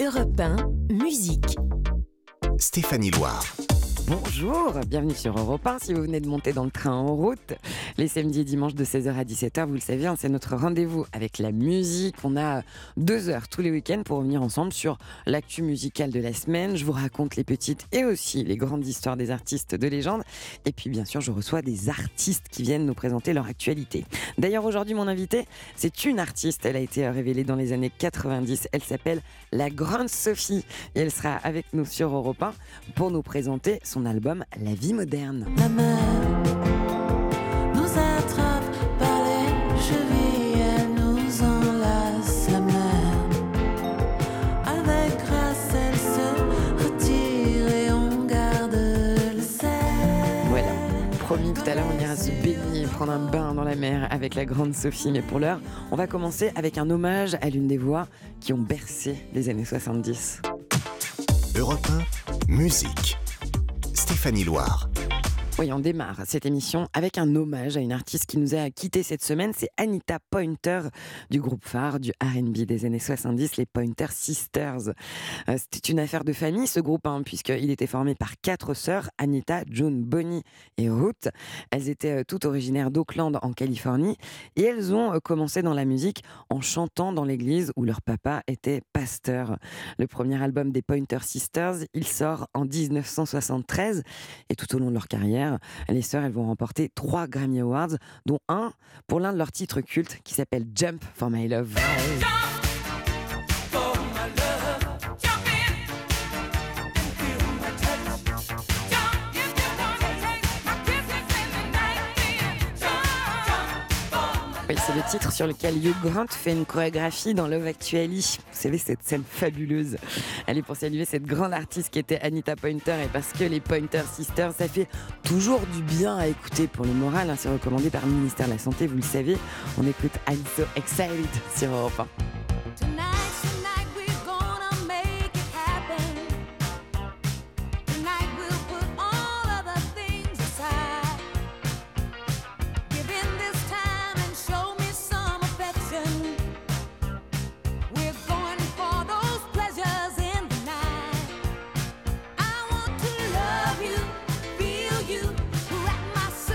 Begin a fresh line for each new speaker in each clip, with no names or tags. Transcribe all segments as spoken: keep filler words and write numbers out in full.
Europe un, musique.
Stéphanie Loire.
Bonjour, bienvenue sur Europe un. Si vous venez de monter dans le train en route, les samedis et dimanches de seize heures à dix-sept heures, vous le savez, hein, c'est notre rendez-vous avec la musique. On a deux heures tous les week-ends pour revenir ensemble sur l'actu musicale de la semaine. Je vous raconte les petites et aussi les grandes histoires des artistes de légende. Et puis bien sûr, je reçois des artistes qui viennent nous présenter leur actualité. D'ailleurs, aujourd'hui, mon invitée, c'est une artiste. Elle a été révélée dans les années quatre-vingt-dix. Elle s'appelle La Grande Sophie. Et elle sera avec nous sur Europe un pour nous présenter son album La Vie Moderne.
La mer nous attrape par les chevilles, elle nous enlace la mer. Avec grâce, elle se retire et on garde le sel.
Voilà, promis, tout à l'heure on ira se baigner, prendre un bain dans la mer avec la Grande Sophie. Mais pour l'heure, on va commencer avec un hommage à l'une des voix qui ont bercé les années soixante-dix.
Europe un, musique. Stéphanie Loire.
Oui, on démarre cette émission avec un hommage à une artiste qui nous a quittés cette semaine. C'est Anita Pointer du groupe phare du R and B des années soixante-dix, les Pointer Sisters. Euh, c'était une affaire de famille, ce groupe, hein, puisqu'il était formé par quatre sœurs, Anita, June, Bonnie et Ruth. Elles étaient euh, toutes originaires d'Oakland, en Californie, et elles ont euh, commencé dans la musique en chantant dans l'église où leur papa était pasteur. Le premier album des Pointer Sisters, il sort en dix-neuf cent soixante-treize, et tout au long de leur carrière, les sœurs, elles vont remporter trois Grammy Awards, dont un pour l'un de leurs titres cultes qui s'appelle Jump for My Love. Oui, c'est le titre sur lequel Hugh Grant fait une chorégraphie dans Love Actually. Vous savez, cette scène fabuleuse. Allez, pour saluer cette grande artiste qui était Anita Pointer, et parce que les Pointer Sisters, ça fait toujours du bien à écouter pour le moral, hein, c'est recommandé par le ministère de la Santé, vous le savez. On écoute I'm So Excited sur Europe un.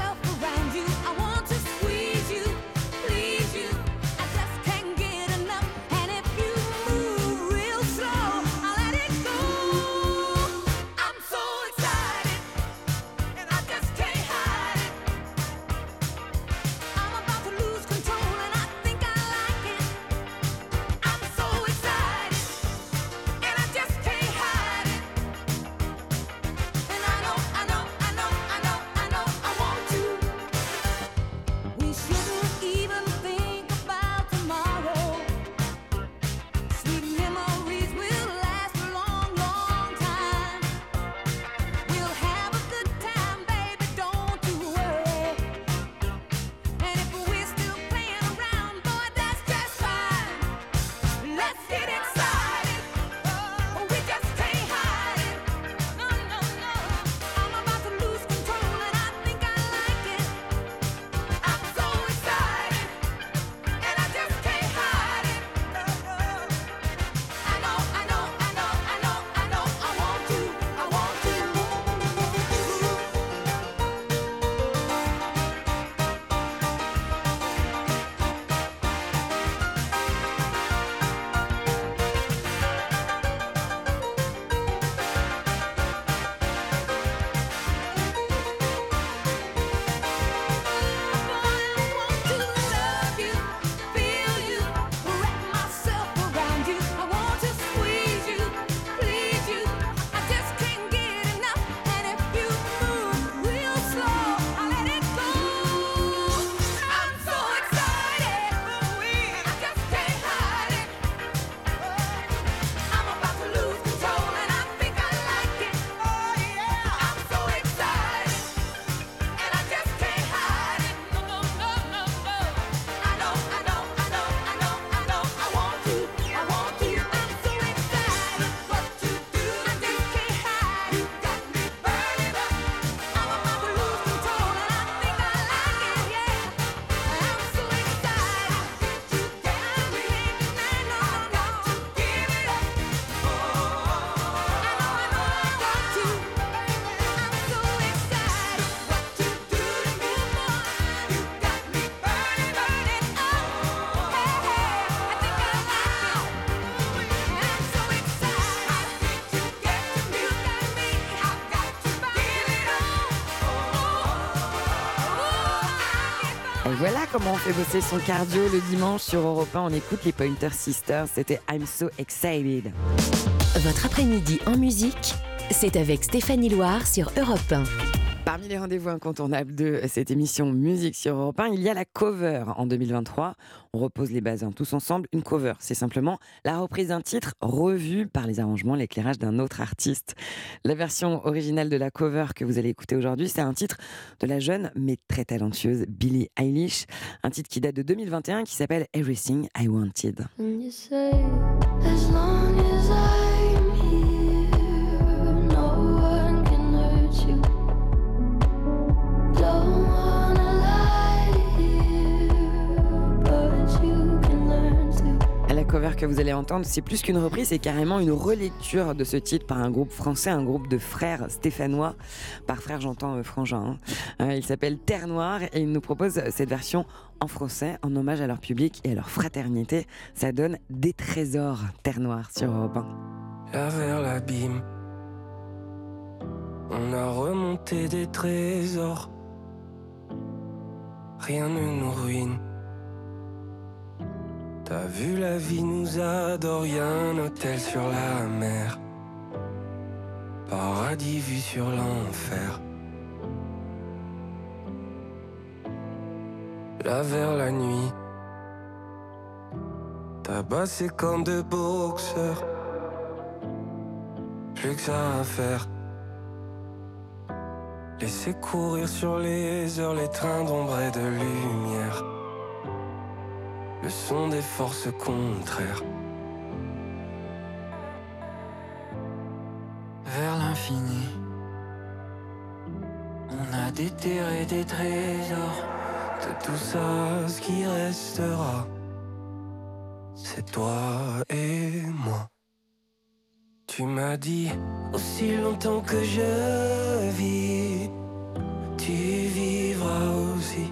Enough
Voilà comment on fait bosser son cardio le dimanche sur Europe un. On écoute les Pointer Sisters. C'était I'm So Excited.
Votre après-midi en musique, c'est avec Stéphanie Loire sur Europe un.
Parmi les rendez-vous incontournables de cette émission Musique sur Europe un, il y a la cover en deux mille vingt-trois. On repose les bases hein, tous ensemble. Une cover, c'est simplement la reprise d'un titre revu par les arrangements, l'éclairage d'un autre artiste. La version originale de la cover que vous allez écouter aujourd'hui, c'est un titre de la jeune mais très talentueuse Billie Eilish. Un titre qui date de deux mille vingt et un qui s'appelle Everything I Wanted.
And you say, as long as I'm here, no one can hurt you. Don't wanna lie here, but you can learn to.
La cover que vous allez entendre, c'est plus qu'une reprise, c'est carrément une relecture de ce titre par un groupe français, un groupe de frères stéphanois. Par frère, j'entends euh, frangin. Hein. Euh, il s'appelle Terre Noire et il nous propose cette version en français, en hommage à leur public et à leur fraternité. Ça donne Des Trésors, Terre Noire sur Europe un.
Là vers l'abîme, on a remonté des trésors. Rien ne nous ruine. T'as vu, la vie nous adore. Y'a un hôtel sur la mer, paradis vu sur l'enfer. Là vers la nuit, tabassé comme deux boxeurs. Plus que ça à faire. Laissez courir sur les heures les trains d'ombre et de lumière. Le son des forces contraires. Vers l'infini, on a déterré des trésors. De tout ça, ce qui restera, c'est toi et moi. Tu m'as dit, aussi longtemps que je vis, tu vivras aussi.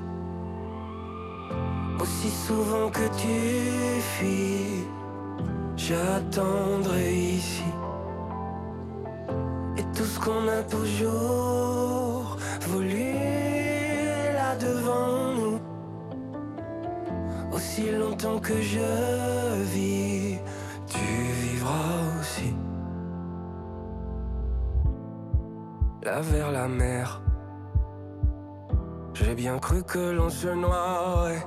Aussi souvent que tu fuis, j'attendrai ici. Et tout ce qu'on a toujours voulu est là devant nous. Aussi longtemps que je vis, tu vivras aussi. Là vers la mer, j'ai bien cru que l'on se noierait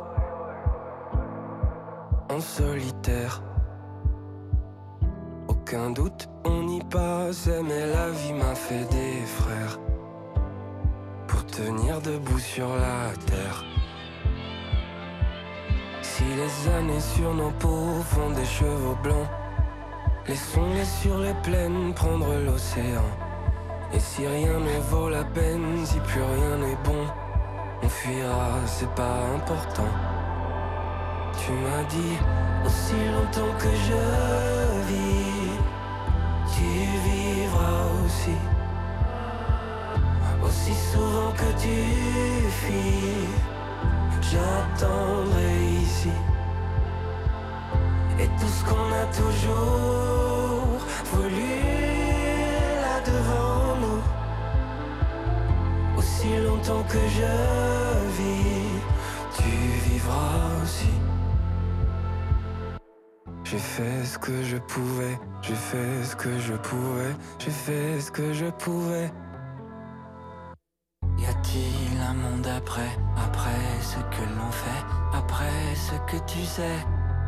en solitaire. Aucun doute, on y passait, mais la vie m'a fait des frères pour tenir debout sur la terre. Si les années sur nos peaux font des cheveux blancs, laissons-les sur les plaines prendre l'océan. Et si rien ne vaut la peine, si plus rien n'est bon, on fuira, c'est pas important. Tu m'as dit, aussi longtemps que je vis, tu vivras aussi. Aussi souvent que tu fuis, j'attendrai ici. Et tout ce qu'on a toujours voulu est là devant nous. Aussi longtemps que je vis, tu vivras aussi. J'ai fait ce que je pouvais, j'ai fait ce que je pouvais, j'ai fait ce que je pouvais. Y a-t-il un monde après, après ce que l'on fait, après ce que tu sais?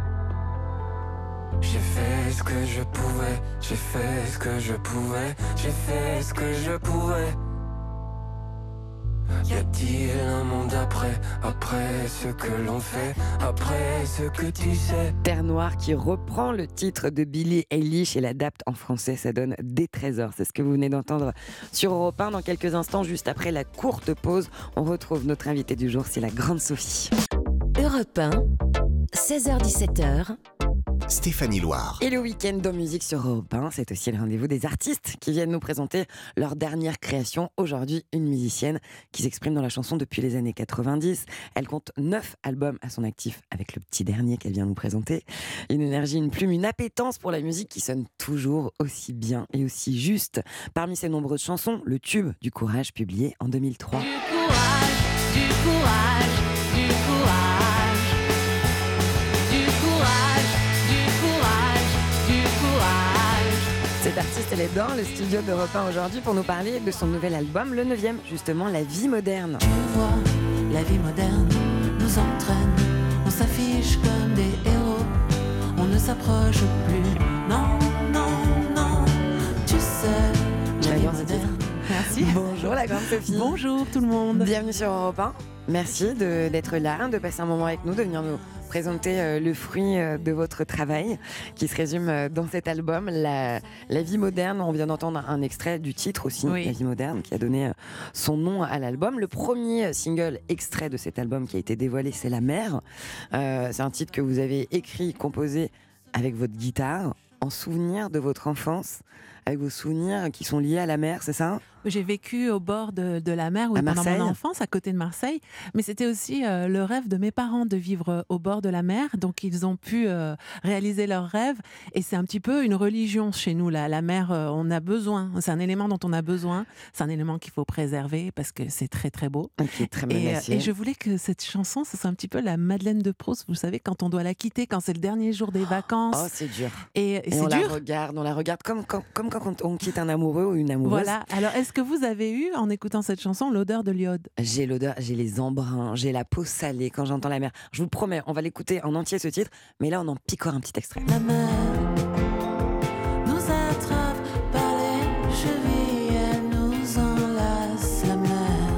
J'ai fait ce que je pouvais, j'ai fait ce que je pouvais, j'ai fait ce que je pouvais. Y a-t-il un monde après, après ce que l'on fait, après ce que tu sais?
Terre Noire qui reprend le titre de Billie Eilish et l'adapte en français, ça donne Des Trésors. C'est ce que vous venez d'entendre sur Europe un. Dans quelques instants, juste après la courte pause, on retrouve notre invitée du jour, c'est la grande Sophie.
Europe un, seize heures dix-sept heures.
Stéphanie Loire.
Et le week-end de musique sur Europe un, c'est aussi le rendez-vous des artistes qui viennent nous présenter leur dernière création. Aujourd'hui, une musicienne qui s'exprime dans la chanson depuis les années quatre-vingt-dix. Elle compte neuf albums à son actif avec le petit dernier qu'elle vient nous présenter. Une énergie, une plume, une appétence pour la musique qui sonne toujours aussi bien et aussi juste. Parmi ses nombreuses chansons, le tube du Courage publié en deux mille trois.
Du courage, du courage, du courage.
Cette artiste, elle est dans le studio d'Europe un aujourd'hui pour nous parler de son nouvel album, le neuvième, justement, La vie moderne.
Tu vois, la vie moderne nous entraîne. On s'affiche comme des héros. On ne s'approche plus. Non, non, non. Tu sais, la vie
J'adore ce
moderne.
titre.
Merci.
Bonjour la grande Sophie.
Bonjour tout le monde.
Bienvenue sur Europe un. Merci de- d'être là, de passer un moment avec nous, de venir nous présenter euh, le fruit euh, de votre travail qui se résume euh, dans cet album, la, la vie moderne. On vient d'entendre un extrait du titre aussi,
Oui.
La vie moderne, qui a donné euh, son nom à l'album. Le premier single extrait de cet album qui a été dévoilé, c'est La mer. Euh, c'est un titre que vous avez écrit, composé avec votre guitare, en souvenir de votre enfance, avec vos souvenirs qui sont liés à la mer, c'est ça ?
J'ai vécu au bord de, de la mer oui,
À
pendant
Marseille.
mon enfance, à côté de Marseille. Mais c'était aussi euh, le rêve de mes parents de vivre au bord de la mer. Donc ils ont pu euh, réaliser leur rêve. Et c'est un petit peu une religion chez nous. La, la mer, euh, on a besoin. C'est un élément dont on a besoin. C'est un élément qu'il faut préserver parce que c'est très très beau.
Qui est très
Et, euh,
menacé.
et je voulais que cette chanson, ce soit un petit peu la Madeleine de Proust. Vous savez, quand on doit la quitter, quand c'est le dernier jour des vacances.
Oh, c'est dur.
et et
Et
c'est
on
dur.
la regarde, on la regarde comme, comme, comme quand on quitte un amoureux ou une amoureuse.
Voilà. Alors, est-ce que vous avez eu, en écoutant cette chanson, l'odeur de l'iode?
J'ai l'odeur, j'ai les embruns, j'ai la peau salée quand j'entends la mer. Je vous le promets, on va l'écouter en entier ce titre, mais là on en picore un petit extrait.
La mer nous attrape par les chevilles, elle nous enlace. La mer,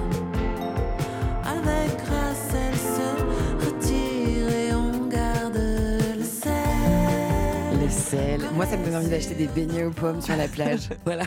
avec grâce, elle se retire et on garde le sel.
Le sel. Moi ça me donne envie d'acheter des beignets aux pommes sur la plage. Voilà.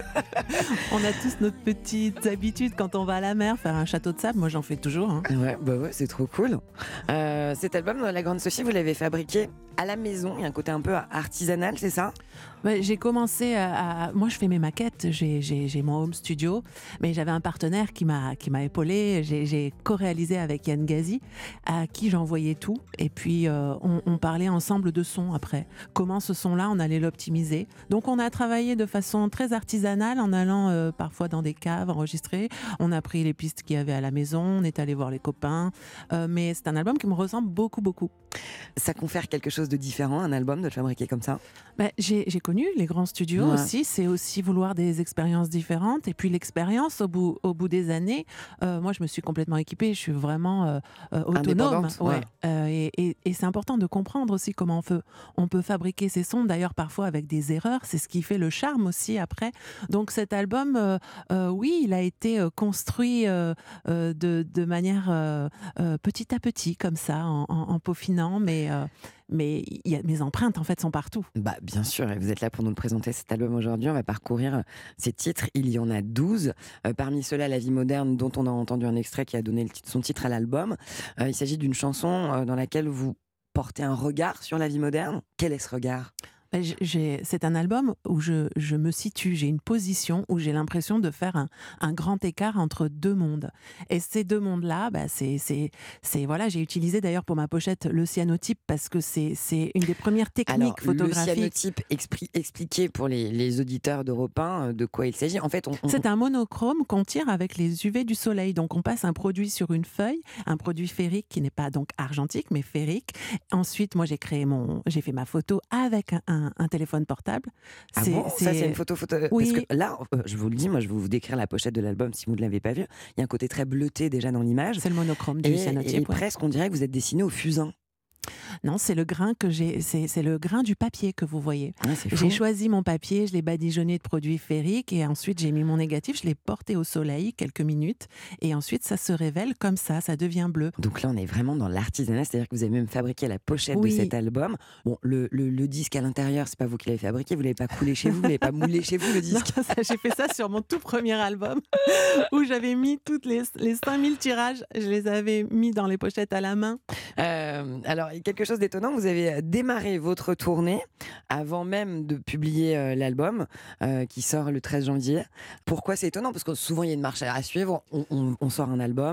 On a tous notre petite habitude quand on va à la mer, faire un château de sable. Moi, j'en fais toujours. hein.
Ouais, bah ouais, c'est trop cool. Euh, cet album, La Grande Sophie, vous l'avez fabriqué à la maison. Il y a un côté un peu artisanal, c'est ça ?
Ouais, j'ai commencé à, à- Moi, je fais mes maquettes. J'ai, j'ai, j'ai mon home studio. Mais j'avais un partenaire qui m'a, qui m'a épaulé. J'ai, j'ai co-réalisé avec Yann Gazi, à qui j'envoyais tout. Et puis, euh, on, on parlait ensemble de son après. Comment ce son-là, on allait l'optimiser. Donc, on a travaillé de façon très artisanale en allant euh, parfois dans des caves enregistrer. On a pris les pistes qu'il y avait à la maison. On est allé voir les copains. Euh, mais c'est un album qui me ressemble beaucoup, beaucoup.
Ça confère quelque chose de différent, un album, de le fabriquer comme ça ?
Ben, j'ai, j'ai connu les grands studios
Ouais.
aussi, c'est aussi vouloir des expériences différentes. Et puis l'expérience, au bout, au bout des années, euh, moi je me suis complètement équipée, je suis vraiment euh, euh, autonome.
Indépendante, ouais.
Euh, et et, et c'est important de comprendre aussi comment on peut, on peut fabriquer ces sons, d'ailleurs parfois avec des erreurs, c'est ce qui fait le charme aussi après. Donc cet album, euh, euh, oui, il a été euh, construit euh, euh, de, de manière euh, euh, petit à petit, comme ça, en, en, en peaufinant, mais... euh, mais il y a, mes empreintes, en fait, sont partout.
Bah, bien sûr, et vous êtes là pour nous le présenter cet album aujourd'hui. On va parcourir euh, ces titres. Il y en a douze. Euh, parmi ceux-là, La vie moderne, dont on a entendu un extrait qui a donné le titre- son titre à l'album. Euh, il s'agit d'une chanson euh, dans laquelle vous portez un regard sur la vie moderne. Quel est ce regard ?
Ben, j'ai- j'ai- C'est un album où je, je me situe, j'ai une position où j'ai l'impression de faire un, un grand écart entre deux mondes. Et ces deux mondes-là, ben, c'est, c'est, c'est, voilà, j'ai utilisé d'ailleurs pour ma pochette le cyanotype parce que c'est, c'est une des premières techniques
Alors, le
photographiques.
cyanotype, expli- expliquez pour les, les auditeurs d'Europe un euh, de quoi il s'agit. En fait, on, on-
C'est un monochrome qu'on tire avec les U V du soleil. Donc, on passe un produit sur une feuille, un produit ferrique qui n'est pas donc argentique, mais ferrique. Ensuite, moi, j'ai créé mon, j'ai fait ma photo avec un, un- un téléphone portable.
Ah bon Ça, c'est une photo photo.
Oui.
Parce que là, euh, je vous le dis, moi, je vais vous décrire la pochette de l'album si vous ne l'avez pas vu. Il y a un côté très bleuté déjà dans l'image.
C'est le monochrome du
Et, et
cyanotype. ouais.
presque, on dirait que vous êtes dessiné au fusain.
Non, c'est le grain que j'ai, c'est, c'est le grain du papier que vous voyez.
Ah, c'est fou.
J'ai choisi mon papier, je l'ai badigeonné de produits ferriques et ensuite j'ai mis mon négatif, je l'ai porté au soleil quelques minutes et ensuite ça se révèle comme ça, ça devient bleu.
Donc là, on est vraiment dans l'artisanat, c'est-à-dire que vous avez même fabriqué la pochette
Oui.
de cet album. Bon, le, le- le disque à l'intérieur, c'est pas vous qui l'avez fabriqué, vous l'avez pas coulé chez vous, vous l'avez pas moulé chez vous, le
Non,
disque.
ça, j'ai fait ça sur mon tout premier album où j'avais mis toutes les, les cinq mille tirages, je les avais mis dans les pochettes à la main.
Euh, alors, il y a quelque chose d'étonnant, vous avez démarré votre tournée avant même de publier euh, l'album euh, qui sort le treize janvier. Pourquoi c'est étonnant ? Parce que souvent, il y a une marche à suivre, on, on- on sort un album,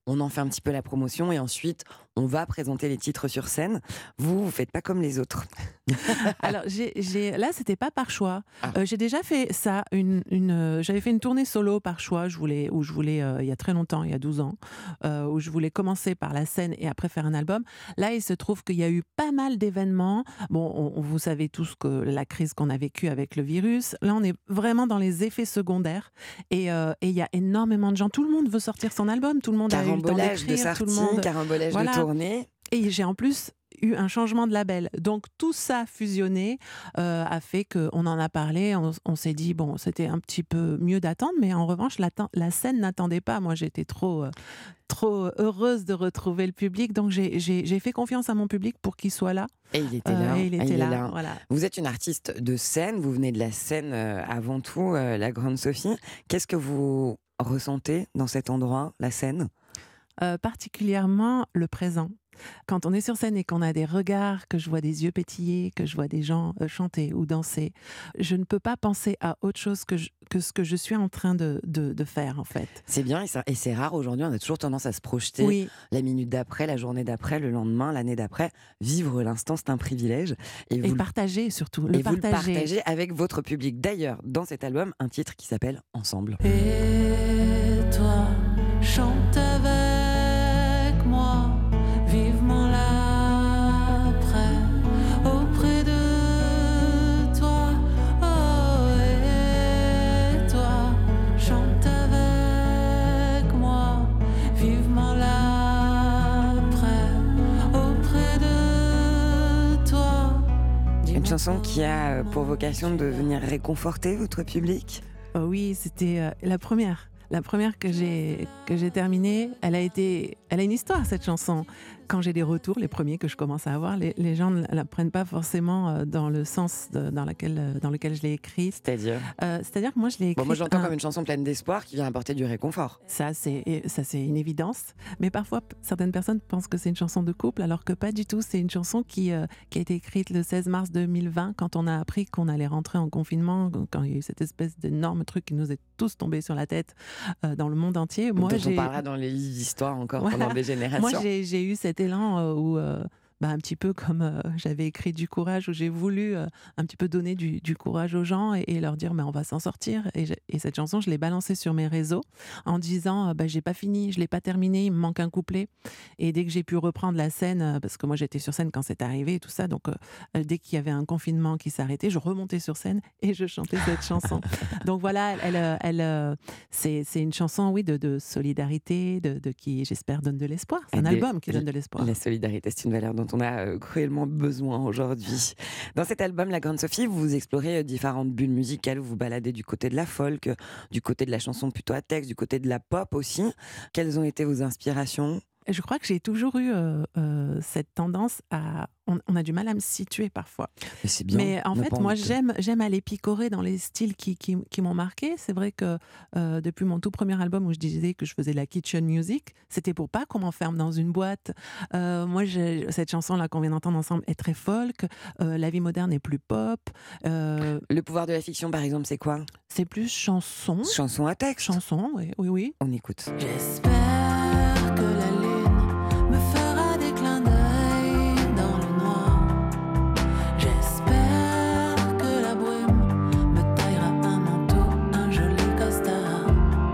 on en fait un petit peu la promotion et ensuite on va présenter les titres sur scène. Vous, vous faites pas comme les autres.
Alors, j'ai, j'ai, là, c'était pas par choix.
Ah.
Euh, j'ai déjà fait ça. Une, une, euh, j'avais fait une tournée solo par choix. Je voulais, où je voulais, euh, il y a très longtemps, il y a douze ans, euh, où je voulais commencer par la scène et après faire un album. Là, il se trouve qu'il y a eu pas mal d'événements. Bon, on, on- vous savez tous que la crise qu'on a vécue avec le virus. Là, on est vraiment dans les effets secondaires. Et euh, et il y a énormément de gens. Tout le monde veut sortir son album. Tout le monde a eu le temps
Carambolage de
d'écrire. Tout le
sortie,
monde.
carambolage
Voilà.
de tournée.
Et j'ai en plus eu un changement de label. Donc tout ça fusionné euh, a fait qu'on en a parlé, on, on s'est dit, bon, c'était un petit peu mieux d'attendre, mais en revanche, la, la scène n'attendait pas. Moi, j'étais trop, euh, trop heureuse de retrouver le public, donc j'ai, j'ai, j'ai fait confiance à mon public pour qu'il soit là.
Et il était
Euh,
là.
et il
Ah,
était
est
là, voilà.
Vous êtes une artiste de scène, vous venez de la scène euh, avant tout, euh, la Grande Sophie. Qu'est-ce que vous ressentez dans cet endroit, la scène?
Euh, particulièrement le présent. Quand on est sur scène et qu'on a des regards, que je vois des yeux pétiller, que je vois des gens euh, chanter ou danser, je ne peux pas penser à autre chose que, je- que ce que je suis en train de, de- de faire, en fait.
C'est bien et, ça- et c'est rare aujourd'hui, on a toujours tendance à se projeter
Oui,
la minute d'après, la journée d'après, le lendemain, l'année d'après. Vivre l'instant, c'est un privilège. Et
et
vous, le-
partager surtout. Le
et vous le
partager.
partagez avec votre public. D'ailleurs, dans cet album, un titre qui s'appelle Ensemble.
Et toi, chante avec moi, vivement l'après, auprès de toi. Oh, et toi, chante avec moi, vivement l'après, auprès de toi.
Une chanson qui a euh, pour vocation de venir réconforter votre public.
Oh oui, c'était euh, la première. La première que j'ai que j'ai terminée, elle a été, elle a une histoire cette chanson. Quand j'ai des retours, les premiers que je commence à avoir, les, les gens ne la prennent pas forcément euh, dans le sens de- dans laquelle euh, dans lequel je l'ai écrite.
C'est-à-dire
Euh, c'est-à-dire que moi je l'ai écrite.
bon, moi j'entends
un-
comme une chanson pleine d'espoir qui vient apporter du réconfort.
Ça, c'est, et ça, c'est une évidence. Mais parfois, p- certaines personnes pensent que c'est une chanson de couple, alors que pas du tout. C'est une chanson qui, euh, qui a été écrite le seize mars deux mille vingt, quand on a appris qu'on allait rentrer en confinement, quand il y a eu cette espèce d'énorme truc qui nous est tous tombé sur la tête euh, dans le monde entier. Moi,
dont
j'ai,
on parlera dans les livres d'histoire encore
Voilà.
pendant des générations.
moi, j'ai, j'ai eu cet élan euh, où, euh, bah, un petit peu comme euh, j'avais écrit du courage, où j'ai voulu euh, un petit peu donner du, du courage aux gens et, et leur dire, mais on va s'en sortir. Et, j'ai- et cette chanson, je l'ai balancée sur mes réseaux en disant, euh, bah, j'ai pas fini, je l'ai pas terminé, il me manque un couplet. Et dès que j'ai pu reprendre la scène, euh, parce que moi j'étais sur scène quand c'est arrivé et tout ça, donc euh, euh, dès qu'il y avait un confinement qui s'arrêtait, je remontais sur scène et je chantais cette chanson. Donc voilà, elle, elle, elle, euh, c'est, c'est une chanson, oui, de, de solidarité, de, de qui, j'espère, donne de l'espoir. C'est un
Et des-
album qui donne de l'espoir.
La solidarité, c'est une valeur dont on a euh, cruellement besoin aujourd'hui. Dans cet album, La Grande Sophie, vous explorez euh, différentes bulles musicales, vous vous baladez du côté de la folk, euh, du côté de la chanson plutôt à texte, du côté de la pop aussi. Quelles ont été vos inspirations ?
Je crois que j'ai toujours eu euh, euh, cette tendance à... On, on a du mal à me situer parfois.
Mais c'est bien.
Mais en
on n'a
fait,
pas
moi,
envie de-
j'aime, j'aime aller picorer dans les styles qui, qui, qui m'ont marqué. C'est vrai que euh, depuis mon tout premier album où je disais que je faisais la kitchen music, c'était pour pas qu'on m'enferme dans une boîte. Euh, moi, j'ai, cette chanson-là qu'on vient d'entendre ensemble est très folk. Euh, la vie moderne est plus pop. Euh,
Le pouvoir de la fiction, par exemple, c'est quoi ?
c'est plus chanson.
Chanson à texte.
Chanson, oui, oui, oui.
On écoute.
J'espère que la lune me fera des clins d'œil dans le noir. J'espère que la brume me taillera un manteau, un joli costard.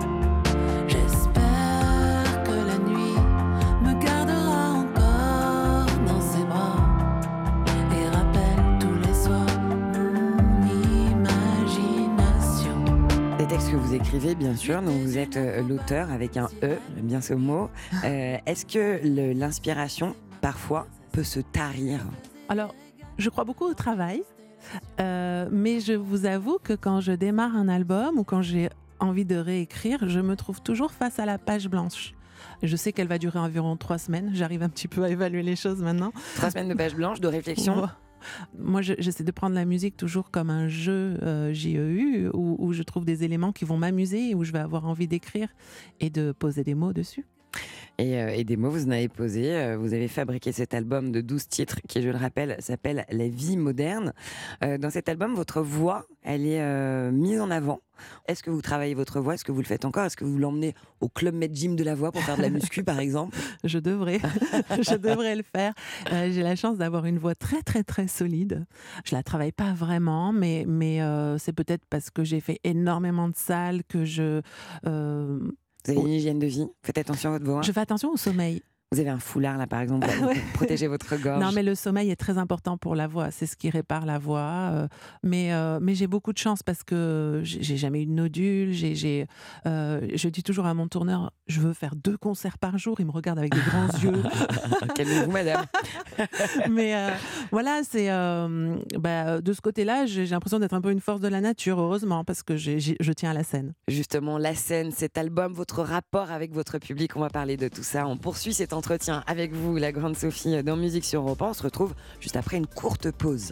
J'espère que la nuit me gardera encore dans ses bras et rappelle tous les soirs mon imagination.
Des textes que vous écrivez, bien sûr, dont vous êtes euh, l'auteur avec un E, j'aime bien ce mot. Euh, est-ce que le- l'inspiration, parfois, peut se tarir ?
Alors, je crois beaucoup au travail, euh, mais je vous avoue que quand je démarre un album ou quand j'ai envie de réécrire, je me trouve toujours face à la page blanche. Je sais qu'elle va durer environ trois semaines. J'arrive un petit peu à évaluer les choses maintenant.
Trois semaines de page blanche, de réflexion.
Bon. Moi, je- j'essaie de prendre la musique toujours comme un jeu euh, J E U, où, où je trouve des éléments qui vont m'amuser, où je vais avoir envie d'écrire et de poser des mots dessus.
Et, euh, et des mots, vous en avez posé. Euh, vous avez fabriqué cet album de douze titres qui, je le rappelle, s'appelle La vie moderne. Euh, dans cet album, votre voix, elle est euh, mise en avant. Est-ce que vous travaillez votre voix? Est-ce que vous le faites encore? Est-ce que vous l'emmenez au Club Med Gym de la voix pour faire de la muscu, par exemple?
Je devrais, je devrais le faire. Euh, j'ai la chance d'avoir une voix très très très solide. Je la travaille pas vraiment, mais mais euh, c'est peut-être parce que j'ai fait énormément de salles que je euh,
Vous avez une hygiène de vie? Faites attention à votre voix.
je fais attention au sommeil.
Vous avez un foulard, là, par exemple, pour
Ouais.
protéger votre gorge.
Non, mais le sommeil est très important pour la voix. C'est ce qui répare la voix. euh, mais euh, mais j'ai beaucoup de chance parce que j'ai j'ai jamais eu de nodule. J'ai, j'ai, euh, je dis toujours à mon tourneur, je veux faire deux concerts par jour. Il me regarde avec des grands yeux.
Calmez-vous, madame.
Mais euh, voilà, c'est euh, bah, de ce côté-là, j'ai j'ai l'impression d'être un peu une force de la nature, heureusement, parce que j'ai- j'ai- je tiens à la scène.
Justement, la scène, cet album, votre rapport avec votre public, on va parler de tout ça. On poursuit cet entretien avec vous, la grande Sophie, dans Musique sur Europe un. On se retrouve juste après une courte pause.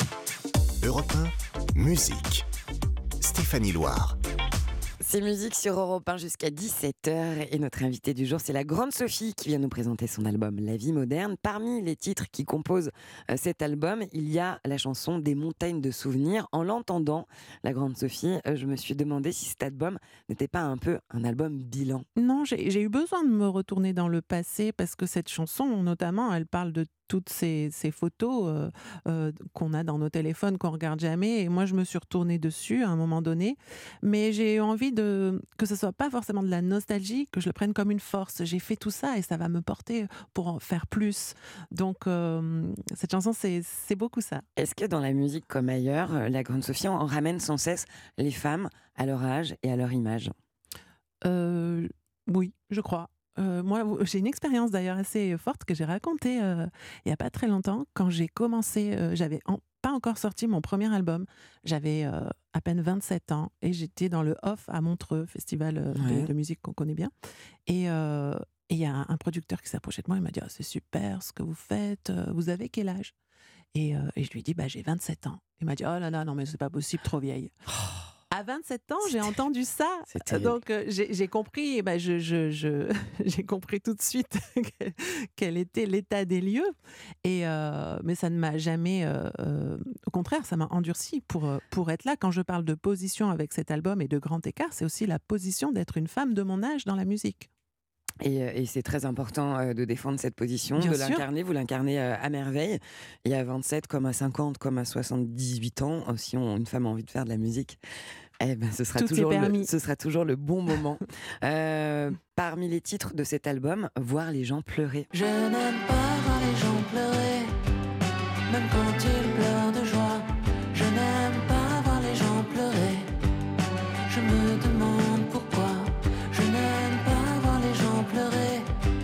Europe un, musique. Stéphanie Loire.
C'est Musique sur Europe un jusqu'à dix-sept heures et notre invitée du jour, c'est la grande Sophie qui vient nous présenter son album La vie moderne. Parmi les titres qui composent euh, cet album, il y a la chanson Des montagnes de souvenirs. En l'entendant, la grande Sophie, euh, je me suis demandé si cet album n'était pas un peu un album bilan.
Non, j'ai j'ai eu besoin de me retourner dans le passé parce que cette chanson, notamment, elle parle de toutes ces, ces photos euh, euh, qu'on a dans nos téléphones, qu'on regarde jamais. Et moi, je me suis retournée dessus à un moment donné. Mais j'ai eu envie de, que ce soit pas forcément de la nostalgie, que je le prenne comme une force. J'ai fait tout ça et ça va me porter pour en faire plus. Donc, euh, cette chanson, c'est c'est beaucoup ça.
Est-ce que dans la musique comme ailleurs, euh, la grande Sophie, on ramène sans cesse les femmes à leur âge et à leur image?
Euh, oui, je crois. Euh, moi, j'ai une expérience d'ailleurs assez forte que j'ai racontée euh, il n'y a pas très longtemps. Quand j'ai commencé, euh, j'avais en- pas encore sorti mon premier album. J'avais euh, à peine vingt-sept ans et j'étais dans le Off à Montreux, festival euh, de-
Ouais.
de, musique qu'on connaît bien. Et euh, et il y a un, un producteur qui s'est approché de moi. Il m'a dit ah, c'est super ce que vous faites. euh, Vous avez quel âge? Et, euh, et je lui ai dit bah, j'ai vingt-sept ans. Il m'a dit oh là là, non, mais c'est pas possible, trop vieille. À vingt-sept ans, j'ai entendu ça.
C'est terrible.
Donc, euh, j'ai j'ai compris, eh ben, je, je, je- j'ai compris tout de suite quel- quel était l'état des lieux. Et, euh, mais ça ne m'a jamais. euh, euh, au contraire, ça m'a endurci pour, euh, pour être là. Quand je parle de position avec cet album et de grand écart, c'est aussi la position d'être une femme de mon âge dans la musique.
Et, euh, et c'est très important euh, de défendre cette position,
Bien
de
sûr.
l'incarner. Vous l'incarnez euh, à merveille. Et à vingt-sept, comme à cinquante, comme à soixante-dix-huit ans, euh, si on- une femme a envie de faire de la musique, eh ben, ce, sera
Tout est
toujours le,
permis.
ce sera toujours le bon moment. Euh, parmi les titres de cet album, voir les gens pleurer.
Je n'aime pas voir les gens pleurer, même quand ils pleurent de joie. Je n'aime pas voir les gens pleurer. Je me demande pourquoi. Je n'aime pas voir les gens pleurer.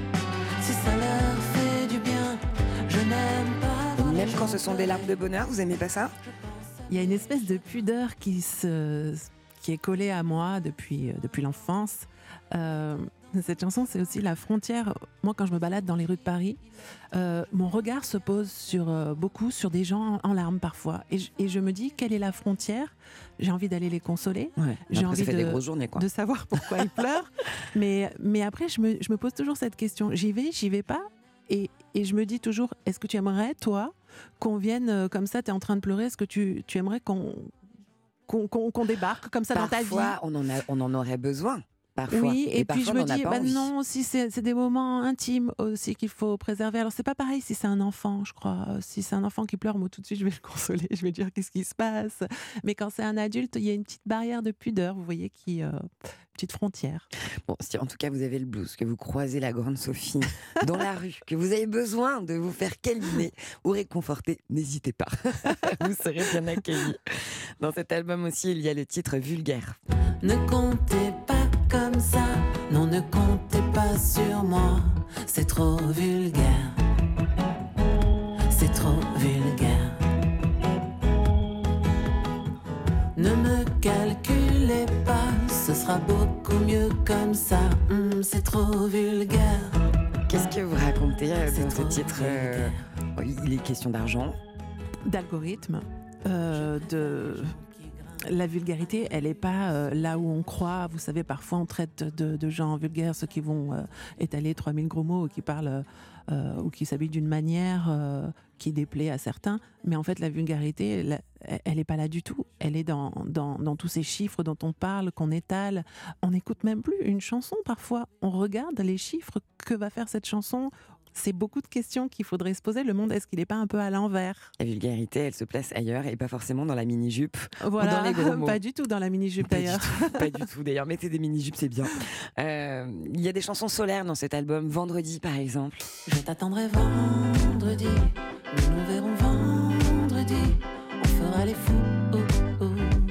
Si ça leur fait du bien, je n'aime pas voir les
Même
gens
quand ce sont des
pleurer.
larmes de bonheur, vous aimez pas ça?
Il y a une espèce de pudeur qui, se, qui est collée à moi depuis, euh, depuis l'enfance. Euh, cette chanson, c'est aussi la frontière. Moi, quand je me balade dans les rues de Paris, euh, mon regard se pose sur, euh, beaucoup sur des gens en, en larmes parfois. Et je, et je me dis, quelle est la frontière? J'ai envie d'aller les consoler,
Ouais.
J'ai
Après,
envie
ça fait
de-
des grosses journées, quoi.
de savoir pourquoi ils pleurent. Mais, mais après, je me, je me pose toujours cette question. J'y vais, j'y vais pas. Et, et je me dis toujours, est-ce que tu aimerais, toi, qu'on vienne euh, comme ça, tu es en train de pleurer, est-ce que tu, tu aimerais qu'on qu'on qu'on- qu'on débarque comme ça dans ta vie?
Parfois, on en, a, on en aurait besoin. Parfois.
Oui, et, puis je
parfois,
me
on en a
dis,
pas
bah
envie.
non, si c'est c'est des moments intimes aussi qu'il faut préserver. Alors c'est pas pareil si c'est un enfant, je crois. Si c'est un enfant qui pleure, moi tout de suite je vais le consoler, je vais dire qu'est-ce qui se passe. Mais quand c'est un adulte, il y a une petite barrière de pudeur, vous voyez, qui euh, petite frontière.
Bon, si en tout cas vous avez le blues, que vous croisez la grande Sophie dans la rue, que vous avez besoin de vous faire câliner ou réconforter, n'hésitez pas. Vous serez bien accueillis. Dans cet album aussi, il y a le titre Vulgaire.
Ne comptez pas comme ça, non ne comptez pas sur moi, c'est trop vulgaire, c'est trop vulgaire. Ne me calculez pas, ce sera beaucoup mieux comme ça, hum, c'est trop vulgaire.
Qu'est-ce que vous racontez euh,
C'est
dans ce
trop
titre euh, Il est question d'argent.
D'algorithme, euh, de la vulgarité, elle n'est pas euh, là où on croit. Vous savez, parfois on traite de, de gens vulgaires, ceux qui vont euh, étaler trois mille gros mots ou qui parlent euh, ou qui s'habillent d'une manière euh, qui déplaît à certains. Mais en fait, la vulgarité, la, elle n'est pas là du tout. Elle est dans, dans, dans tous ces chiffres dont on parle, qu'on étale. On n'écoute même plus une chanson parfois. On regarde les chiffres. Que va faire cette chanson ? C'est beaucoup de questions qu'il faudrait se poser. Le monde, est-ce qu'il n'est pas un peu à l'envers ?
La vulgarité, elle se place ailleurs et pas forcément dans la mini-jupe
Voilà,
ou dans les gros mots.
Pas du tout dans la mini-jupe
Pas
d'ailleurs.
Du tout, pas du tout d'ailleurs. Mettez des mini-jupes, c'est bien. Euh, Il y a des chansons solaires dans cet album. Vendredi, par exemple.
Je t'attendrai vendredi, nous nous verrons vendredi, on fera les fous. Oh, oh.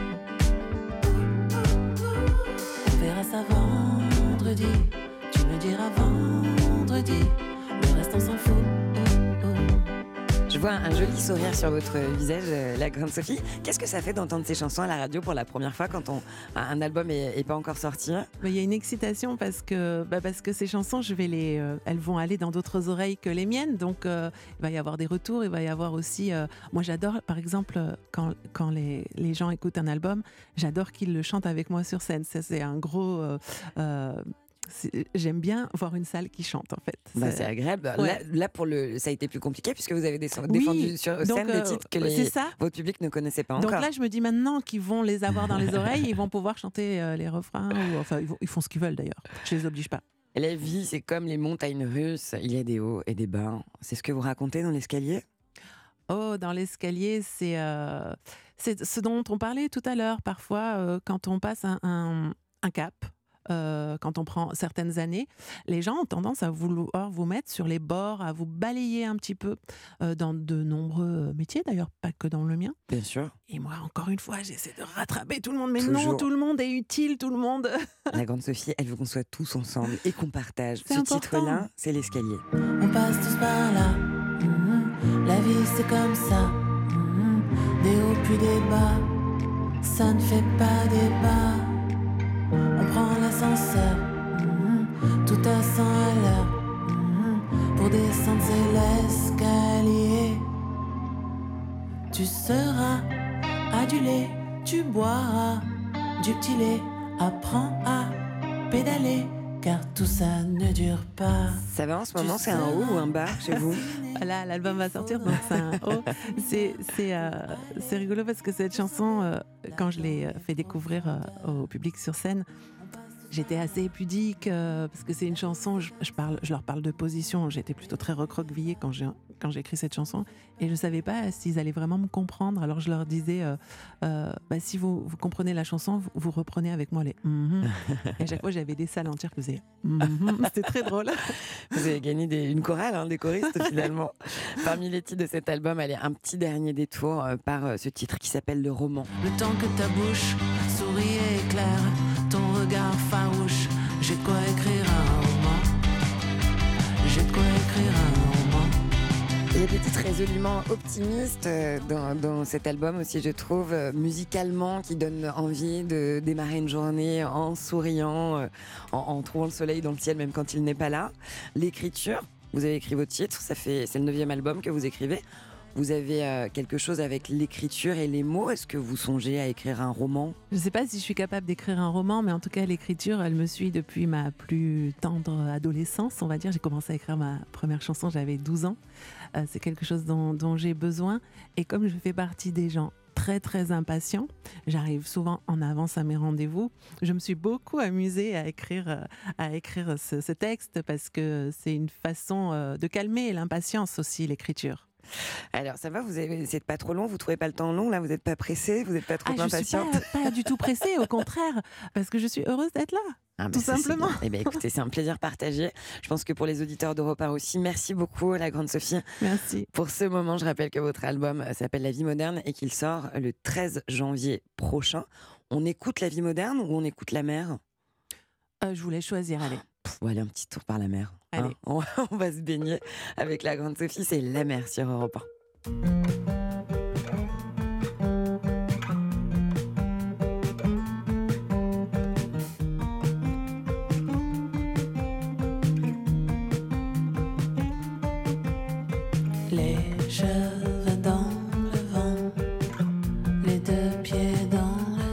On verra ça vendredi, tu me diras vendredi, le reste on s'en fout. Oh, oh.
Je vois un joli sourire sur votre visage, euh, la grande Sophie. Qu'est-ce que ça fait d'entendre ces chansons à la radio pour la première fois quand on, un album est, est pas encore sorti ?
Mais il y a une excitation parce que, bah parce que ces chansons, je vais les, euh, elles vont aller dans d'autres oreilles que les miennes. Donc, euh, il va y avoir des retours. Il va y avoir aussi. Euh, moi, j'adore, par exemple, quand, quand les, les gens écoutent un album, j'adore qu'ils le chantent avec moi sur scène. Ça, c'est un gros. Euh, euh, c'est- j'aime bien voir une salle qui chante, en fait.
Bah,
C'est-
c'est agréable.
Ouais.
Là, là, pour le, ça a été plus compliqué puisque vous avez des-
Oui,
défendu sur
donc,
scène
euh,
des titres que
c'est
les,
ça.
votre public ne connaissait pas
Donc
encore.
là, je me dis maintenant qu'ils vont les avoir dans les oreilles, ils vont pouvoir chanter euh, les refrains. Ou, enfin, ils, vont- ils font ce qu'ils veulent d'ailleurs. Je les oblige pas.
La vie, c'est comme les montagnes russes. Il y a des hauts et des bas. C'est ce que vous racontez dans l'escalier ?
Oh, dans l'escalier, c'est euh, c'est ce dont on parlait tout à l'heure. Parfois, euh, quand on passe un, un- un cap, euh, quand on prend certaines années, les gens ont tendance à vouloir vous mettre sur les bords, à vous balayer un petit peu euh, dans de nombreux métiers, d'ailleurs pas que dans le mien.
Bien sûr.
Et moi, encore une fois, j'essaie de rattraper tout le monde. Mais non,
Toujours.
tout le monde est utile, tout le monde.
La grande Sophie, elle veut qu'on soit tous ensemble et qu'on partage.
C'est
Ce
important.
titre-là, c'est l'escalier.
On passe tous par là. Mhm. La vie c'est comme ça. Mhm. Des hauts puis des bas. Ça ne fait pas débat. On prend l'ascenseur. Mhm. Tout à cent à l'heure. Mhm. Pour descendre c'est l'escalier. Tu seras adulé. Tu boiras du petit lait. Apprends à pédaler. Car tout ça ne dure pas.
Ça va en ce
Tu
moment, c'est un haut ou un bas chez vous ?
Là, l'album va sortir, donc c'est un haut. C'est, c'est, euh, c'est rigolo parce que cette chanson, euh, quand je l'ai euh, fait découvrir euh, au public sur scène, j'étais assez pudique euh, parce que c'est une chanson, je, je, parle, je leur parle de position, j'étais plutôt très recroquevillée quand j'ai, quand j'ai écrit cette chanson et je ne savais pas s'ils allaient vraiment me comprendre. Alors je leur disais, euh, euh, bah, si vous, vous comprenez la chanson, vous, vous reprenez avec moi les mm-hmm. Et à chaque fois, j'avais des salles entières qui faisaient mm-hmm. C'était très drôle.
Vous avez gagné des- une chorale, hein, des choristes finalement. Parmi les titres de cet album, allez, un petit dernier détour euh, par euh, ce titre qui s'appelle Le Roman.
Le temps que ta bouche sourit et éclaire ton regard farouche, j'ai de quoi écrire un roman. J'ai de quoi écrire un roman.
Il y a des titres résolument optimistes euh, dans, dans cet album aussi, je trouve, euh, musicalement, qui donnent envie de démarrer une journée en souriant, euh, en, en trouvant le soleil dans le ciel même quand il n'est pas là. L'écriture, vous avez écrit vos titres, ça fait, c'est le neuvième album que vous écrivez. Vous avez euh, quelque chose avec l'écriture et les mots. Est-ce que vous songez à écrire un roman ?
Je ne sais pas si je suis capable d'écrire un roman, mais en tout cas, l'écriture, elle me suit depuis ma plus tendre adolescence, on va dire. J'ai commencé à écrire ma première chanson, j'avais douze ans. Euh, c'est quelque chose dont, dont j'ai besoin. Et comme je fais partie des gens très, très impatients, j'arrive souvent en avance à mes rendez-vous. Je me suis beaucoup amusée à écrire, euh, à écrire ce, ce texte parce que c'est une façon euh, de calmer l'impatience aussi, l'écriture.
Alors ça va, vous avez, c'est pas trop long, vous trouvez pas le temps long, là vous n'êtes pas pressé, vous n'êtes pas trop
Ah, je suis
impatiente
pas, pas du tout pressée, au contraire, parce que je suis heureuse d'être là.
Ah, bah,
tout
ça, c'est
simplement.
bien. Eh ben, écoutez, c'est un plaisir partagé. Je pense que pour les auditeurs d'Europe un aussi, merci beaucoup la grande Sophie
Merci.
pour ce moment. Je rappelle que votre album s'appelle La vie moderne et qu'il sort le treize janvier prochain. On écoute La vie moderne ou on écoute la mer ?
Euh, je voulais choisir, allez.
Pff, on va aller un petit tour par la mer. hein.
Allez.
on, on va se baigner avec la grande Sophie, c'est La mer sur Europe un.
Les cheveux dans le vent, les deux pieds dans le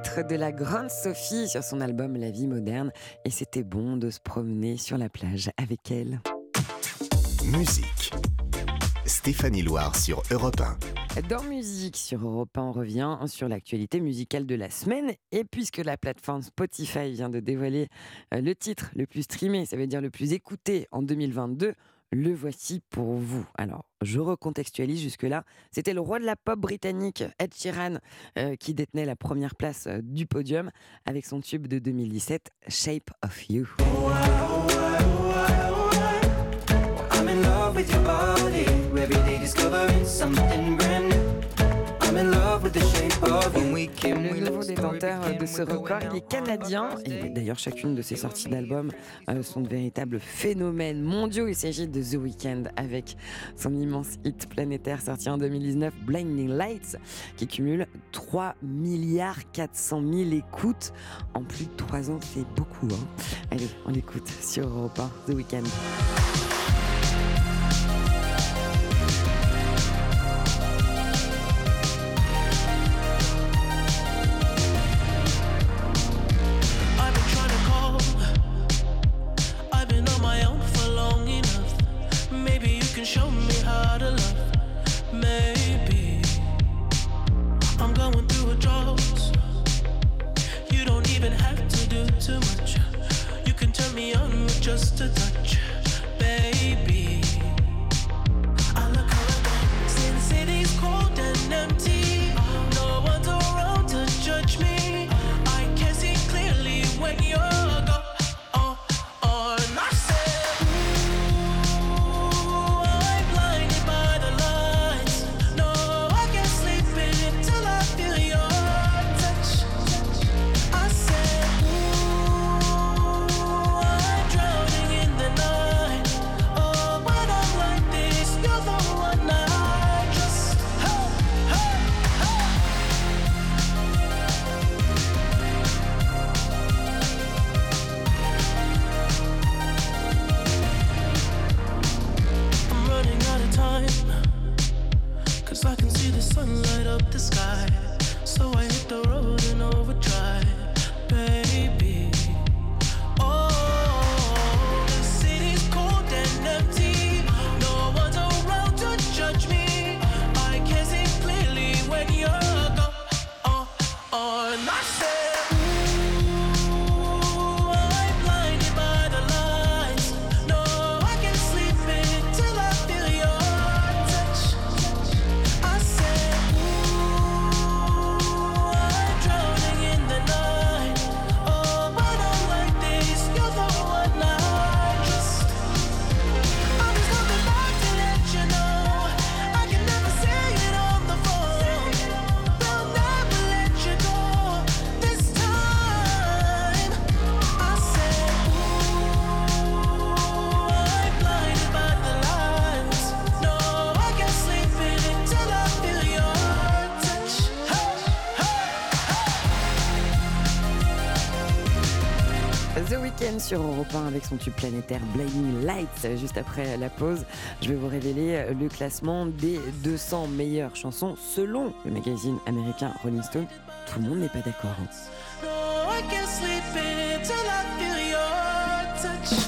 titre de la grande Sophie sur son album La vie moderne, et c'était bon de se promener sur la plage avec elle.
Musique. Stéphanie Loire sur Europe un.
Dans Musique sur Europe un, on revient sur l'actualité musicale de la semaine. Et puisque la plateforme Spotify vient de dévoiler le titre le plus streamé, ça veut dire le plus écouté en deux mille vingt-deux, le voici pour vous. Alors, je recontextualise jusque-là. C'était le roi de la pop britannique, Ed Sheeran, euh, qui détenait la première place euh, du podium avec son tube de deux mille dix-sept, Shape of You.
I'm in love with your body. Every day discovering something brand new. I'm in love with the shape of you.
Le nouveau détenteur de ce record, il est canadien. Et d'ailleurs, chacune de ses sorties d'albums euh, sont de véritables phénomènes mondiaux. Il s'agit de The Weeknd avec son immense hit planétaire sorti en deux mille dix-neuf, Blinding Lights, qui cumule trois milliards quatre cent mille écoutes en plus de trois ans. C'est beaucoup, hein. Allez, on l'écoute sur Europe un, The Weeknd.
Show me how to love. Maybe I'm going through a drought. You don't even have to do too much. You can turn me on with just a touch, baby. I look around since city's cold and empty. No one's around to judge me. I can see clearly when you're gone. Oh, oh, and I said. I can see the sun light up the sky, so I hit the road in overdrive, baby. Oh, the city's cold and empty. No one's around to judge me. I can see clearly when you're gone. Oh, oh, and I said, ooh, I'm blinded by the lights. No, I can't sleep until I feel your touch. I said, ooh, I'm drowning in the night. Oh, but I'm like this, you're the one I trust. I'm just coming back to let you know I can never say it on the phone. They'll never let you go this time. I said, ooh, I'm blinded by the lights. No, I can't sleep until I feel your touch. Hey, hey, hey.
The Weeknd sur Europe un avec son tube planétaire Blinding Lights. Juste après la pause, je vais vous révéler le classement des deux cents meilleures chansons selon le magazine américain Rolling Stone. Tout le monde n'est pas d'accord, hein.
No, I can't sleep until I feel your touch.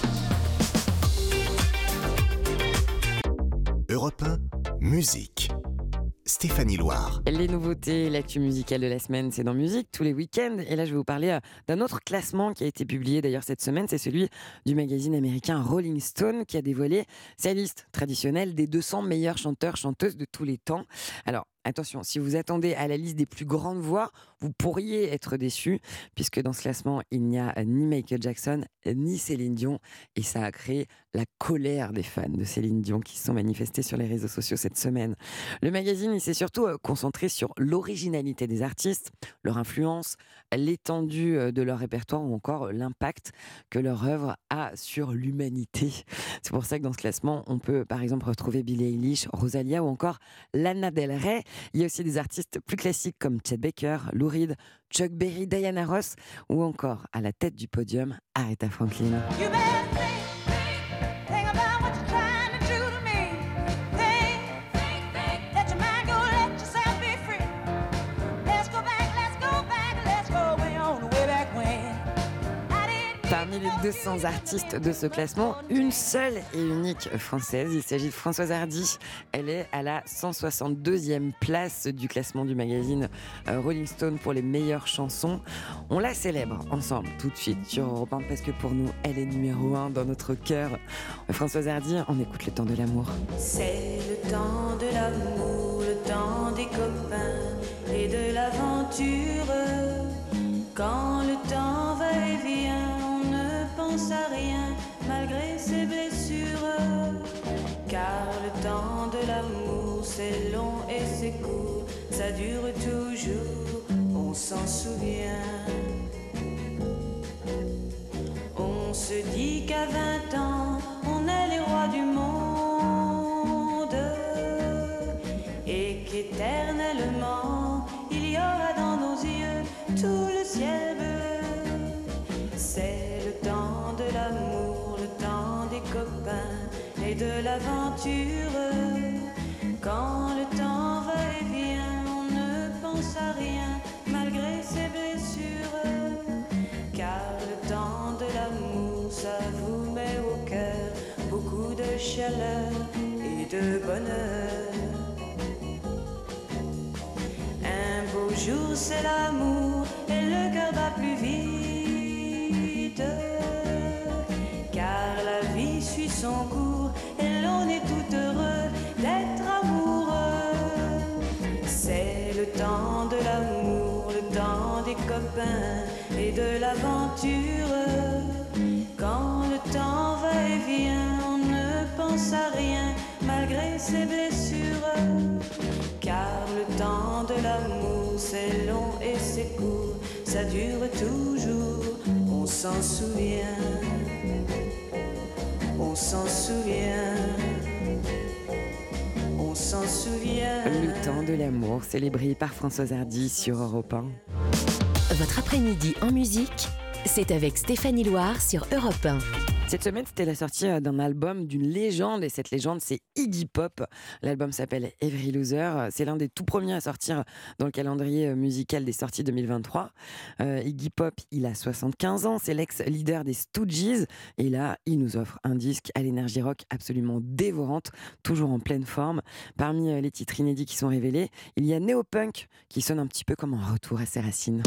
Europe un, musique. Stéphanie Loire.
Les nouveautés, l'actu musicale de la semaine, c'est dans Musique tous les week-ends. Et là, je vais vous parler euh, d'un autre classement qui a été publié d'ailleurs cette semaine. C'est celui du magazine américain Rolling Stone qui a dévoilé sa liste traditionnelle des deux cents meilleurs chanteurs, chanteuses de tous les temps. Alors, attention, si vous attendez à la liste des plus grandes voix, vous pourriez être déçus, puisque dans ce classement, il n'y a ni Michael Jackson, ni Céline Dion, et ça a créé la colère des fans de Céline Dion qui se sont manifestés sur les réseaux sociaux cette semaine. Le magazine, il s'est surtout concentré sur l'originalité des artistes, leur influence, l'étendue de leur répertoire ou encore l'impact que leur œuvre a sur l'humanité. C'est pour ça que dans ce classement, on peut par exemple retrouver Billie Eilish, Rosalia ou encore Lana Del Rey. Il y a aussi des artistes plus classiques comme Chet Baker, Lou Reed, Chuck Berry, Diana Ross ou encore à la tête du podium, Aretha Franklin.
You better think, think, think about what you're trying to do to me. Think, think, think, let your mind go, let yourself be free. Let's go back, let's go back, let's go
Parmi les deux cents artistes de ce classement, une seule et unique française. Il s'agit de Françoise Hardy. Elle est à la cent soixante-deuxième place du classement du magazine Rolling Stone pour les meilleures chansons. On la célèbre ensemble tout de suite sur Europe un parce que pour nous, elle est numéro un dans notre cœur. Françoise Hardy, on écoute Le temps de l'amour.
C'est le temps de l'amour, le temps des copains et de l'aventure. Quand le temps va et vient, on ne pense à rien malgré ses blessures. Car le temps de l'amour, c'est long et c'est court, ça dure toujours, on s'en souvient. On se dit qu'à vingt ans, on est les rois du monde et qu'éternellement, il y aura dans nos yeux tout le ciel bleu. C'est le temps de l'amour, le temps des copains et de l'aventure. Quand le temps va et vient, on ne pense à rien malgré ses blessures. Car le temps de l'amour, ça vous met au cœur beaucoup de chaleur et de bonheur. Un beau jour c'est l'amour et le cœur bat plus vite. Car la vie suit son cours et l'on est tout heureux d'être amoureux. C'est le temps de l'amour, le temps des copains et de l'aventure. Quand le temps va et vient, on ne pense à rien malgré ses blessures. Car le temps de l'amour, c'est long et c'est court, ça dure toujours, on s'en souvient, on s'en souvient, on s'en souvient.
Le temps de l'amour, célébré par Françoise Hardy sur Europe un.
Votre après-midi en musique, c'est avec Stéphanie Loire sur Europe un.
Cette semaine, c'était la sortie d'un album d'une légende, et cette légende, c'est Iggy Pop. L'album s'appelle Every Loser. C'est l'un des tout premiers à sortir dans le calendrier musical des sorties deux mille vingt-trois. Euh, Iggy Pop, il a soixante-quinze ans, c'est l'ex-leader des Stooges, et là, il nous offre un disque à l'énergie rock absolument dévorante, toujours en pleine forme. Parmi les titres inédits qui sont révélés, il y a Néopunk, qui sonne un petit peu comme un retour à ses racines.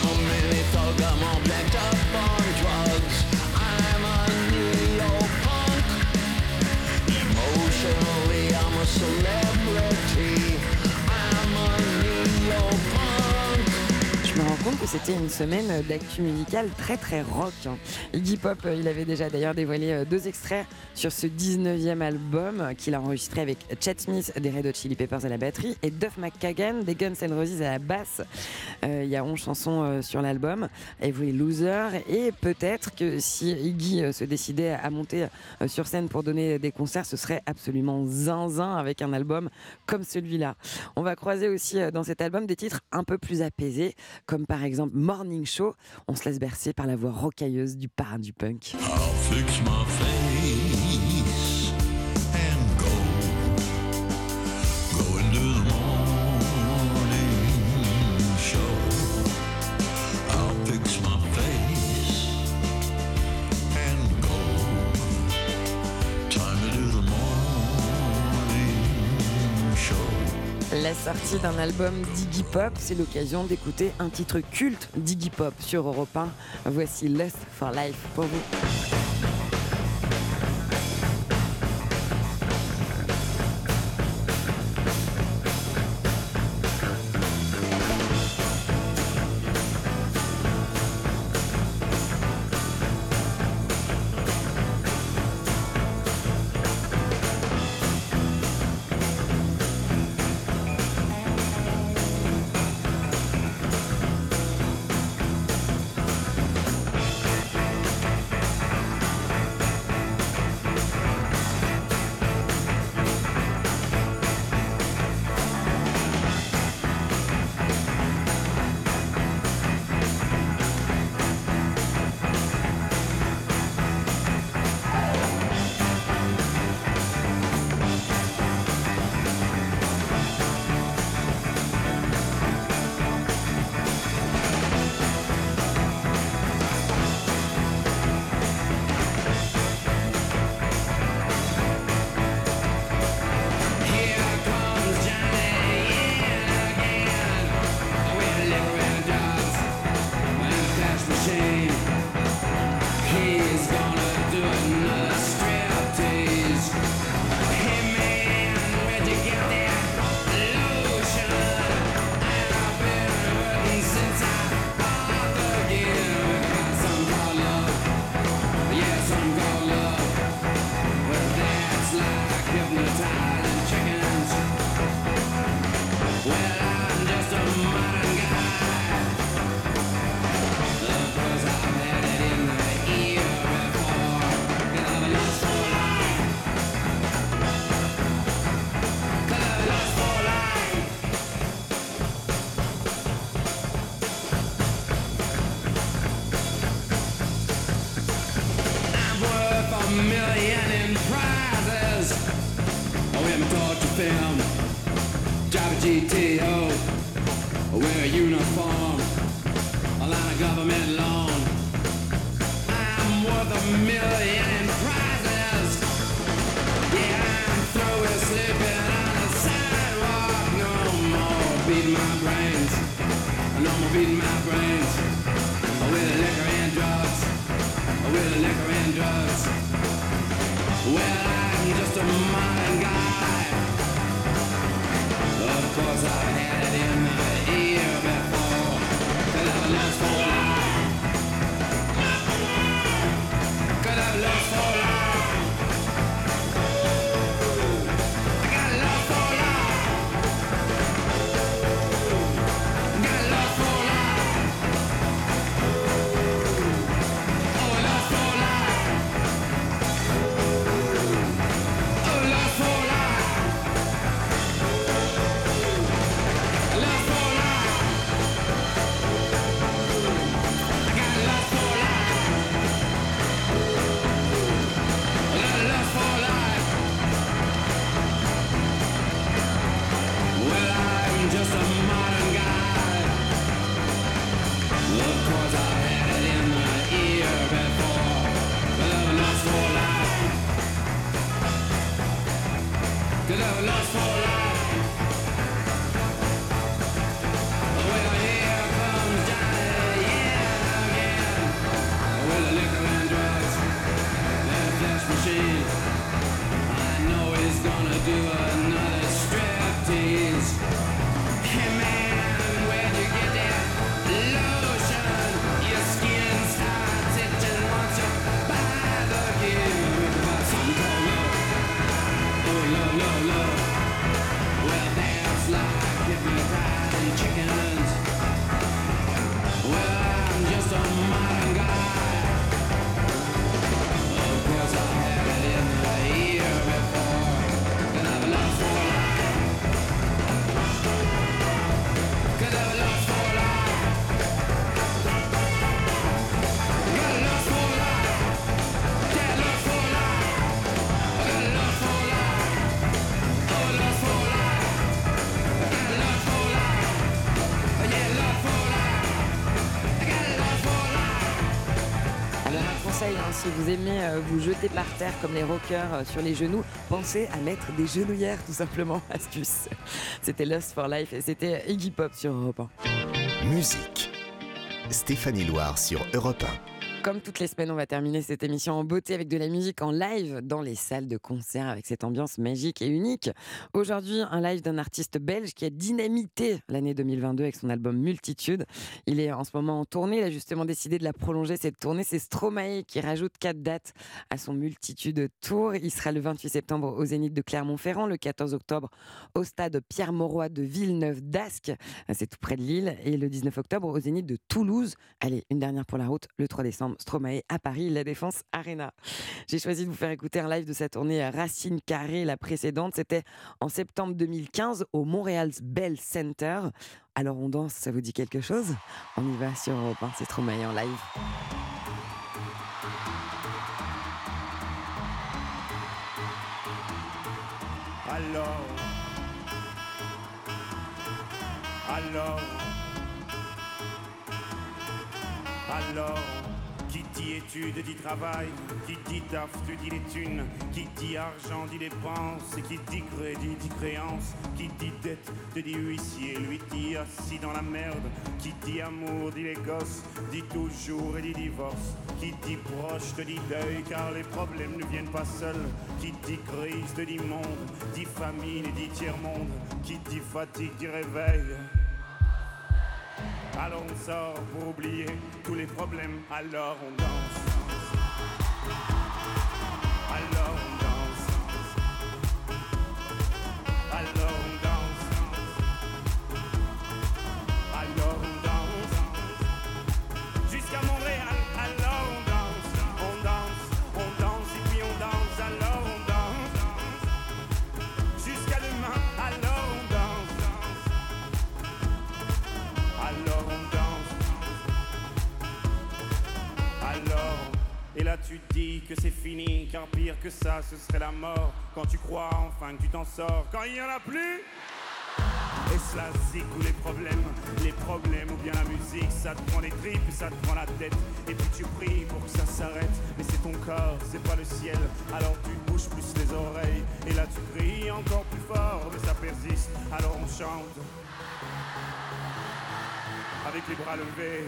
Je me rends compte que c'était une semaine d'actu musicale très très rock. Iggy Pop, il avait déjà d'ailleurs dévoilé deux extraits sur ce dix-neuvième album qu'il a enregistré avec Chad Smith des Red Hot Chili Peppers à la batterie et Duff McKagan des Guns N' Roses à la basse. Euh, il y a onze chansons euh, sur l'album, Every Loser, et peut-être que si Iggy euh, se décidait à monter euh, sur scène pour donner des concerts, ce serait absolument zinzin avec un album comme celui-là. On va croiser aussi euh, dans cet album des titres un peu plus apaisés, comme par exemple Morning Show. On se laisse bercer par la voix rocailleuse du parrain du punk.
I'll fix my face and go, go into the morning show. I'll fix my face and go, time to do the morning show.
La sortie d'un album d'Iggy Pop, c'est l'occasion d'écouter un titre culte d'Iggy Pop sur Europe un. Voici Lust for Life pour vous.
G T O, wear a uniform, a line of government loan. I'm worth a million in prizes. Yeah, I'm through with sleeping on the sidewalk. No more beating my brains. No more beating my brains. With liquor and drugs. With liquor and drugs. Well, I'm just a modern guy. Of course I had it in the ear before. Could have lost for life. Could have lost for life. I got lost for life. Got lost for life. Oh, lost for life. Oh, lost for life. Lost for life. I got lost for life. Lost for life. Well, I'm just a modern guy. Of course I had it in my ear before. But I'm lost for life. Cause I'm lost for life. Well, here comes Johnny, yeah, again. With the liquor and drugs and a flesh machine. I know he's gonna do another striptease. Hey man, where'd you get that lotion? Your skin starts itching once you buy the gear. Buy something called love. Oh, love, love, love. Well, that's like giving fried and chickens. Well, I'm just a modern guy. Of course I had it in the ear before. Could have lost for life. Could have lost for life. Got lost for life. Got lost for life. Got lost for life. Oh, lost for life. Got lost for life. Yeah, lost for life. Got lost for life.
Alors un conseil, hein, si vous aimez euh, vous jeter par terre comme les rockers euh, sur les genoux, pensez à mettre des genouillères tout simplement. Astuce. C'était Lost for Life et c'était Iggy Pop sur Europe un.
Musique. Stéphanie Loire sur Europe un.
Comme toutes les semaines, on va terminer cette émission en beauté avec de la musique en live dans les salles de concert avec cette ambiance magique et unique. Aujourd'hui, un live d'un artiste belge qui a dynamité l'année deux mille vingt-deux avec son album Multitude. Il est en ce moment en tournée, il a justement décidé de la prolonger cette tournée. C'est Stromae qui rajoute quatre dates à son Multitude Tour. Il sera le vingt-huit septembre au Zénith de Clermont-Ferrand, le quatorze octobre au stade Pierre-Mauroy de Villeneuve-d'Ascq, c'est tout près de Lille, et le dix-neuf octobre au Zénith de Toulouse. Allez, une dernière pour la route, le trois décembre. Stromae à Paris, la Défense Arena. J'ai choisi de vous faire écouter un live de sa tournée à Racine Carrée, la précédente. C'était en septembre deux mille quinze au Montréal's Bell Center. Alors on danse, ça vous dit quelque chose? On y va sur Europe un, c'est Stromae en live.
Alors, alors, alors, qui dit études dit travail, qui dit taf te dit les thunes, qui dit argent dit dépenses, et qui dit crédit dit créance, qui dit dette te dit huissier, lui dit assis dans la merde, qui dit amour dit les gosses, dit toujours et dit divorce, qui dit proche te dit deuil car les problèmes ne viennent pas seuls, qui dit crise te dit monde, dit famine et dit tiers-monde, qui dit fatigue dit réveil. Alors on sort pour oublier tous les problèmes, alors on danse. Alors on danse. Alors on danse. Alors on danse. Jusqu'à Montréal, alors on danse. On danse, on danse et puis on danse, alors on danse. Jusqu'à demain, alors on danse. Alors on danse. Alors, et là tu te dis que c'est fini, car pire que ça ce serait la mort. Quand tu crois enfin que tu t'en sors, quand il n'y en a plus. Est-ce la zik ou les problèmes? Les problèmes ou bien la musique? Ça te prend les tripes, ça te prend la tête. Et puis tu pries pour que ça s'arrête. Mais c'est ton corps, c'est pas le ciel. Alors tu bouges plus les oreilles. Et là tu cries encore plus fort, mais ça persiste. Alors on chante avec les bras levés.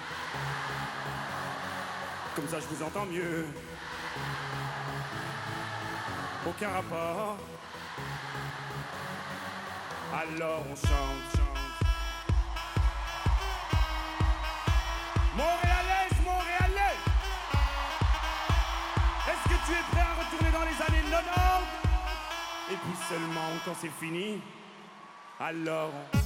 Comme ça je vous entends mieux. Aucun rapport. Alors on chante, chante. Montréalais, Montréalais, est-ce que tu es prêt à retourner dans les années quatre-vingt-dix? Et puis seulement quand c'est fini, alors on...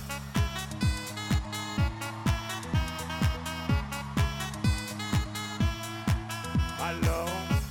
Alors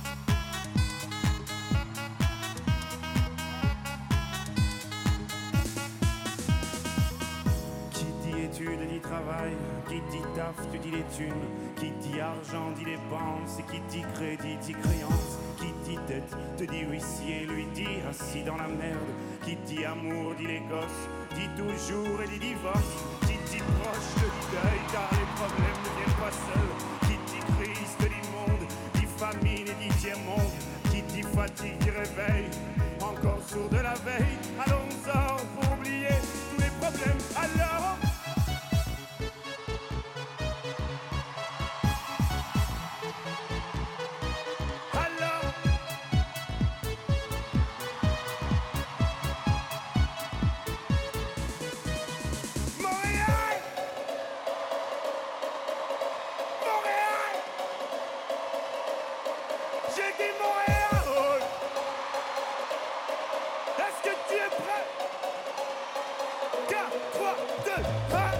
qui dit études dit travail, qui dit taf tu dis les thunes, qui dit argent dit dépenses, et qui dit crédit dit créance, qui dit dette te dit huissier, lui dit assis dans la merde, qui dit amour dit les gosses, dit toujours et dit divorce, qui dit proche te dit deuil car les problèmes ne viennent pas seuls, qui dit crise te dit monde, dit famine et dit tiers-monde, qui dit fatigue dit réveil, encore sourd de la veille, alors on sort pour oublier tous les problèmes, alors alors Montréal Montréal J'ai dit Montréal. Est-ce que tu es prêt? quatre, trois, deux, un.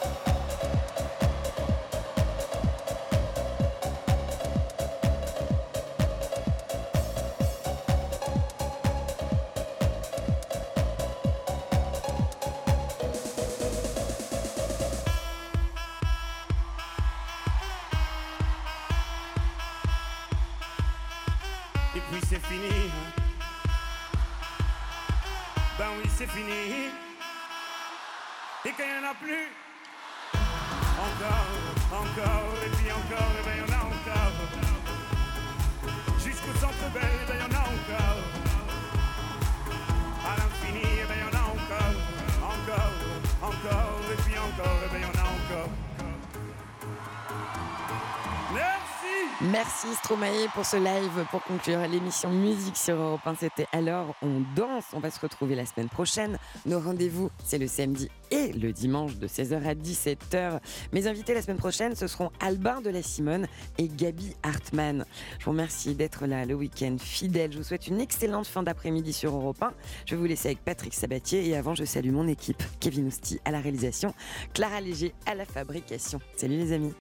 Et puis c'est fini. Ben oui, c'est fini. Et quand il n'y en a plus, encore, encore, et puis encore, et ben il y en a encore. Jusqu'au centre belle, et ben il y en a encore. À l'infini, et ben il y en a encore. Encore, encore, et puis encore, et ben il y en a encore. Merci.
Merci Stromae pour ce live pour conclure l'émission Musique sur Europe un. C'était Alors on danse. On va se retrouver la semaine prochaine. Nos rendez-vous, c'est le samedi et le dimanche de seize heures à dix-sept heures. Mes invités la semaine prochaine, ce seront Albin de la Simone et Gaby Hartmann. Je vous remercie d'être là le week-end fidèle. Je vous souhaite une excellente fin d'après-midi sur Europe un. Je vais vous laisser avec Patrick Sabatier et avant, je salue mon équipe. Kevin Ousti à la réalisation, Clara Léger à la fabrication. Salut les amis.